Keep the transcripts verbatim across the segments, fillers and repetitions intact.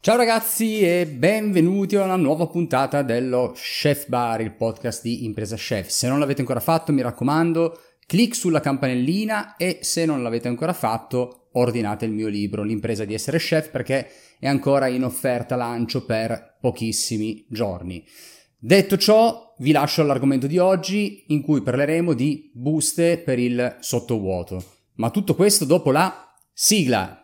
Ciao ragazzi e benvenuti a una nuova puntata dello Chef Bar, il podcast di Impresa Chef. Se non l'avete ancora fatto, mi raccomando, clic sulla campanellina e se non l'avete ancora fatto, ordinate il mio libro, L'impresa di essere chef, perché è ancora in offerta lancio per pochissimi giorni. Detto ciò, vi lascio all'argomento di oggi in cui parleremo di buste per il sottovuoto. Ma tutto questo dopo la sigla!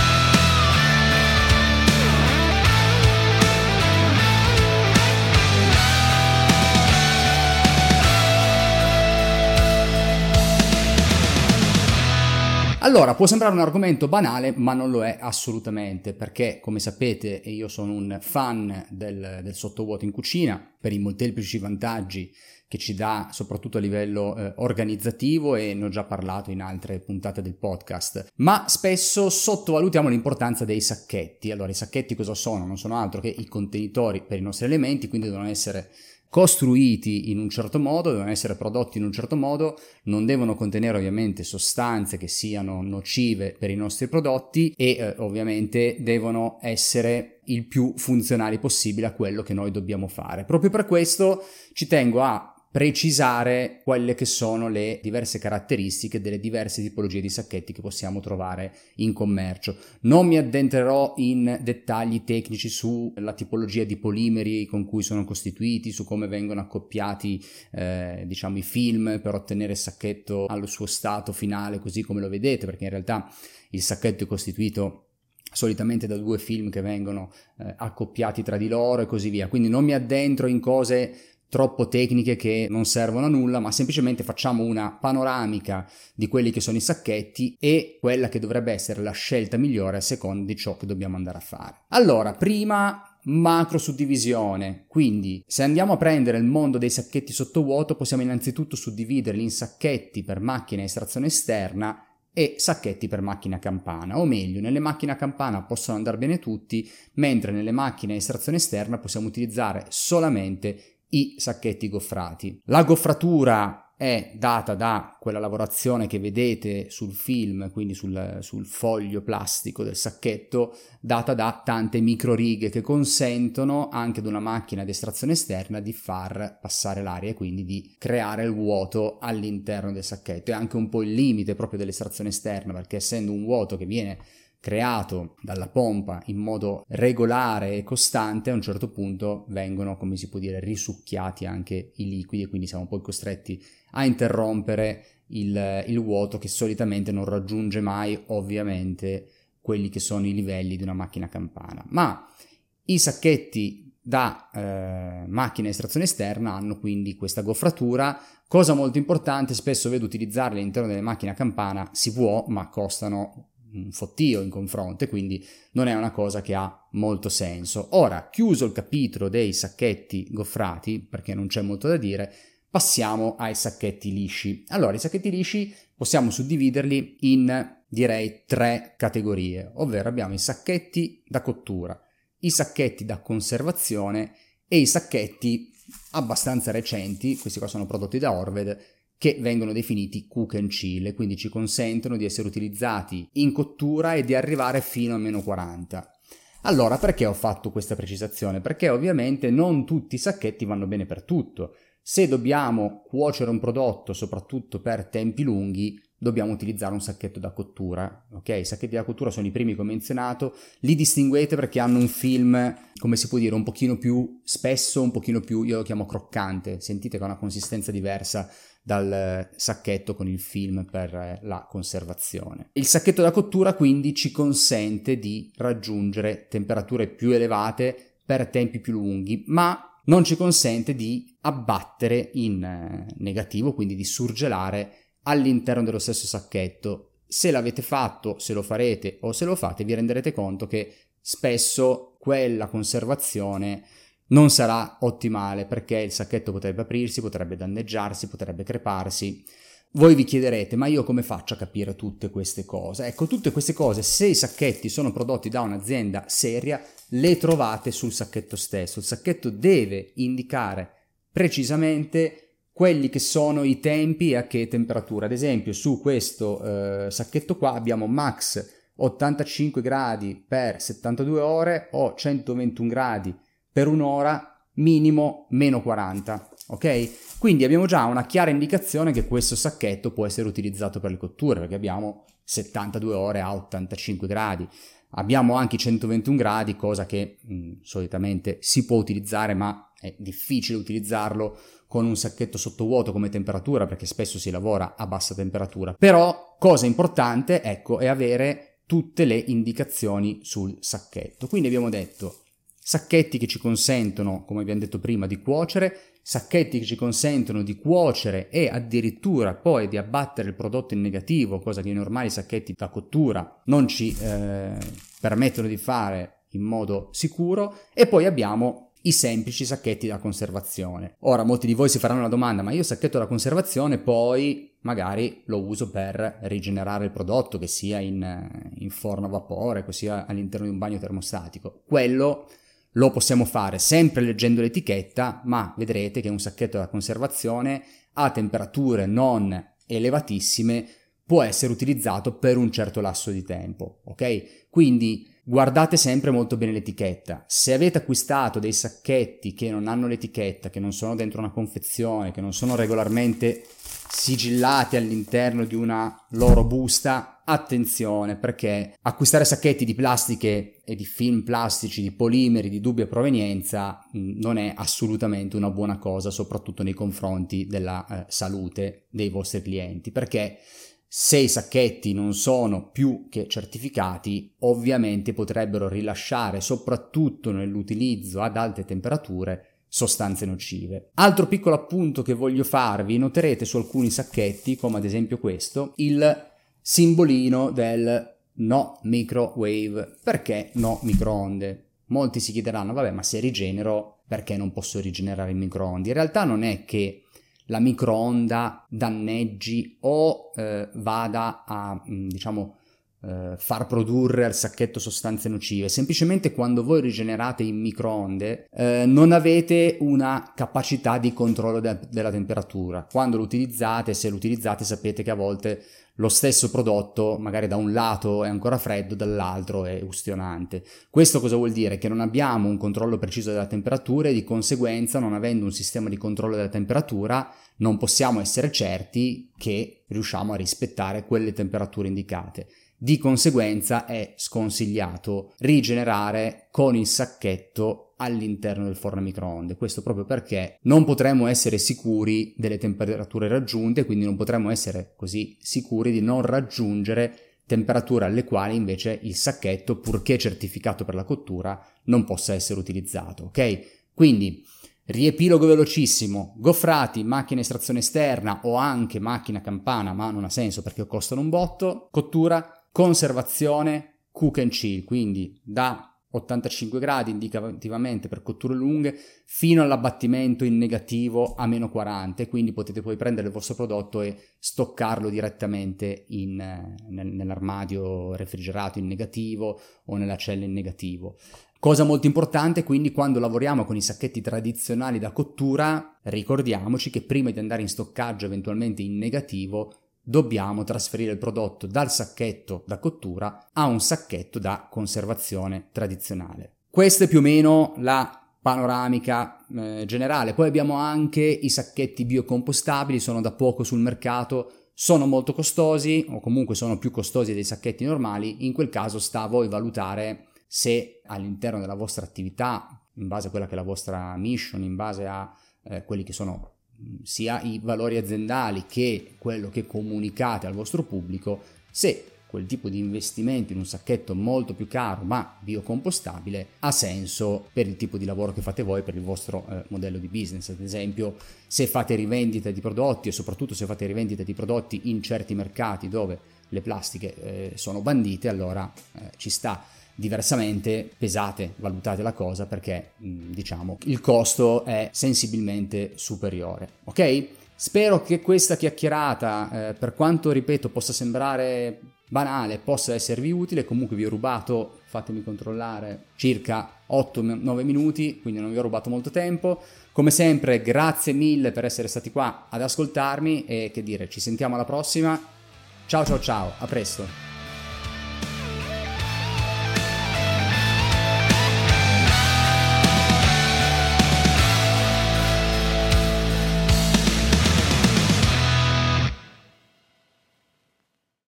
Allora, può sembrare un argomento banale, ma non lo è assolutamente, perché, come sapete, io sono un fan del, del sottovuoto in cucina, per i molteplici vantaggi che ci dà, soprattutto a livello eh, organizzativo, e ne ho già parlato in altre puntate del podcast. Ma spesso sottovalutiamo l'importanza dei sacchetti. Allora, i sacchetti cosa sono? Non sono altro che i contenitori per i nostri alimenti, quindi devono essere costruiti in un certo modo, devono essere prodotti in un certo modo, non devono contenere ovviamente sostanze che siano nocive per i nostri prodotti e eh, ovviamente devono essere il più funzionali possibile a quello che noi dobbiamo fare. Proprio per questo ci tengo a precisare quelle che sono le diverse caratteristiche delle diverse tipologie di sacchetti che possiamo trovare in commercio. Non mi addentrerò in dettagli tecnici sulla tipologia di polimeri con cui sono costituiti, su come vengono accoppiati eh, diciamo i film per ottenere il sacchetto allo suo stato finale così come lo vedete, perché in realtà il sacchetto è costituito solitamente da due film che vengono eh, accoppiati tra di loro e così via. Quindi non mi addentro in cose troppo tecniche che non servono a nulla, ma semplicemente facciamo una panoramica di quelli che sono i sacchetti e quella che dovrebbe essere la scelta migliore a seconda di ciò che dobbiamo andare a fare. Allora, prima macro suddivisione, quindi se andiamo a prendere il mondo dei sacchetti sottovuoto possiamo innanzitutto suddividerli in sacchetti per macchina a estrazione esterna e sacchetti per macchina a campana, o meglio, nelle macchine a campana possono andare bene tutti, mentre nelle macchine a estrazione esterna possiamo utilizzare solamente i sacchetti goffrati. La goffratura è data da quella lavorazione che vedete sul film, quindi sul, sul foglio plastico del sacchetto, data da tante micro righe che consentono anche ad una macchina ad estrazione esterna di far passare l'aria e quindi di creare il vuoto all'interno del sacchetto. È anche un po' il limite proprio dell'estrazione esterna, perché essendo un vuoto che viene creato dalla pompa in modo regolare e costante, a un certo punto vengono, come si può dire, risucchiati anche i liquidi e quindi siamo poi costretti a interrompere il, il vuoto che solitamente non raggiunge mai ovviamente quelli che sono i livelli di una macchina a campana. Ma i sacchetti da eh, macchina a estrazione esterna hanno quindi questa goffratura. Cosa molto importante, spesso vedo utilizzarli all'interno delle macchine a campana, si può, ma costano un fottio in confronto, quindi non è una cosa che ha molto senso. Ora, chiuso il capitolo dei sacchetti goffrati, perché non c'è molto da dire, passiamo ai sacchetti lisci. Allora, i sacchetti lisci possiamo suddividerli in, direi, tre categorie, ovvero abbiamo i sacchetti da cottura, i sacchetti da conservazione e i sacchetti abbastanza recenti, questi qua sono prodotti da Orved, che vengono definiti cook and chill, quindi ci consentono di essere utilizzati in cottura e di arrivare fino a meno quaranta. Allora, perché ho fatto questa precisazione? Perché ovviamente non tutti i sacchetti vanno bene per tutto. Se dobbiamo cuocere un prodotto, soprattutto per tempi lunghi, dobbiamo utilizzare un sacchetto da cottura, ok? I sacchetti da cottura sono i primi che ho menzionato, li distinguete perché hanno un film, come si può dire, un pochino più spesso, un pochino più, io lo chiamo croccante, sentite che ha una consistenza diversa dal sacchetto con il film per la conservazione. Il sacchetto da cottura quindi ci consente di raggiungere temperature più elevate per tempi più lunghi, ma non ci consente di abbattere in negativo, quindi di surgelare all'interno dello stesso sacchetto. Se l'avete fatto, se lo farete o se lo fate, vi renderete conto che spesso quella conservazione non sarà ottimale, perché il sacchetto potrebbe aprirsi, potrebbe danneggiarsi, potrebbe creparsi. Voi vi chiederete, ma io come faccio a capire tutte queste cose? Ecco, tutte queste cose, se i sacchetti sono prodotti da un'azienda seria, le trovate sul sacchetto stesso. Il sacchetto deve indicare precisamente quelli che sono i tempi e a che temperatura. Ad esempio, su questo eh, sacchetto qua abbiamo max ottantacinque gradi per settantadue ore o centoventuno gradi per un'ora, minimo meno quaranta, ok? Quindi abbiamo già una chiara indicazione che questo sacchetto può essere utilizzato per le cotture, perché abbiamo settantadue ore a ottantacinque gradi. Abbiamo anche i centoventuno gradi, cosa che mh, solitamente si può utilizzare, ma è difficile utilizzarlo con un sacchetto sottovuoto come temperatura, perché spesso si lavora a bassa temperatura. Però, cosa importante, ecco, è avere tutte le indicazioni sul sacchetto. Quindi abbiamo detto sacchetti che ci consentono, come abbiamo detto prima, di cuocere, sacchetti che ci consentono di cuocere e addirittura poi di abbattere il prodotto in negativo, cosa che i normali sacchetti da cottura non ci eh, permettono di fare in modo sicuro, e poi abbiamo i semplici sacchetti da conservazione. Ora molti di voi si faranno la domanda: ma io sacchetto da conservazione poi magari lo uso per rigenerare il prodotto, che sia in, in forno a vapore, che sia all'interno di un bagno termostatico. Quello lo possiamo fare sempre leggendo l'etichetta, ma vedrete che un sacchetto da conservazione a temperature non elevatissime può essere utilizzato per un certo lasso di tempo, ok? Quindi guardate sempre molto bene l'etichetta. Se avete acquistato dei sacchetti che non hanno l'etichetta, che non sono dentro una confezione, che non sono regolarmente sigillati all'interno di una loro busta, attenzione, perché acquistare sacchetti di plastiche e di film plastici, di polimeri di dubbia provenienza mh, non è assolutamente una buona cosa, soprattutto nei confronti della eh, salute dei vostri clienti, perché se i sacchetti non sono più che certificati, ovviamente potrebbero rilasciare, soprattutto nell'utilizzo ad alte temperature, sostanze nocive. Altro piccolo appunto che voglio farvi: noterete su alcuni sacchetti, come ad esempio questo, il simbolino del no microwave. Perché no microonde? Molti si chiederanno: vabbè, ma se rigenero, perché non posso rigenerare in microonde? In realtà non è che la microonda danneggi o eh, vada a, diciamo, eh, far produrre al sacchetto sostanze nocive. Semplicemente quando voi rigenerate in microonde eh, non avete una capacità di controllo de- della temperatura. Quando lo utilizzate, se lo utilizzate, sapete che a volte lo stesso prodotto magari da un lato è ancora freddo, dall'altro è ustionante. Questo cosa vuol dire? Che non abbiamo un controllo preciso della temperatura e di conseguenza, non avendo un sistema di controllo della temperatura, non possiamo essere certi che riusciamo a rispettare quelle temperature indicate. Di conseguenza è sconsigliato rigenerare con il sacchetto all'interno del forno a microonde. Questo proprio perché non potremo essere sicuri delle temperature raggiunte, quindi non potremo essere così sicuri di non raggiungere temperature alle quali invece il sacchetto, purché certificato per la cottura, non possa essere utilizzato, ok? Quindi riepilogo velocissimo: gofrati, macchina estrazione esterna o anche macchina campana, ma non ha senso perché costano un botto. Cottura, conservazione, cook and chill, quindi da ottantacinque gradi indicativamente per cotture lunghe fino all'abbattimento in negativo a meno quaranta, e quindi potete poi prendere il vostro prodotto e stoccarlo direttamente in, nel, nell'armadio refrigerato in negativo o nella cella in negativo. Cosa molto importante, quindi, quando lavoriamo con i sacchetti tradizionali da cottura, ricordiamoci che prima di andare in stoccaggio eventualmente in negativo dobbiamo trasferire il prodotto dal sacchetto da cottura a un sacchetto da conservazione tradizionale. Questa è più o meno la panoramica eh, generale. Poi abbiamo anche i sacchetti biocompostabili, sono da poco sul mercato, sono molto costosi o comunque sono più costosi dei sacchetti normali. In quel caso sta a voi valutare se all'interno della vostra attività, in base a quella che è la vostra mission, in base a eh, quelli che sono sia i valori aziendali che quello che comunicate al vostro pubblico, se quel tipo di investimento in un sacchetto molto più caro ma biocompostabile ha senso per il tipo di lavoro che fate voi, per il vostro eh, modello di business. Ad esempio, se fate rivendita di prodotti e soprattutto se fate rivendita di prodotti in certi mercati dove le plastiche eh, sono bandite, allora eh, ci sta. Diversamente pesate, valutate la cosa, perché diciamo il costo è sensibilmente superiore, ok? Spero che questa chiacchierata, eh, per quanto ripeto possa sembrare banale, possa esservi utile. Comunque vi ho rubato, fatemi controllare, circa otto nove minuti, quindi non vi ho rubato molto tempo. Come sempre grazie mille per essere stati qua ad ascoltarmi e che dire, ci sentiamo alla prossima. Ciao ciao ciao, a presto.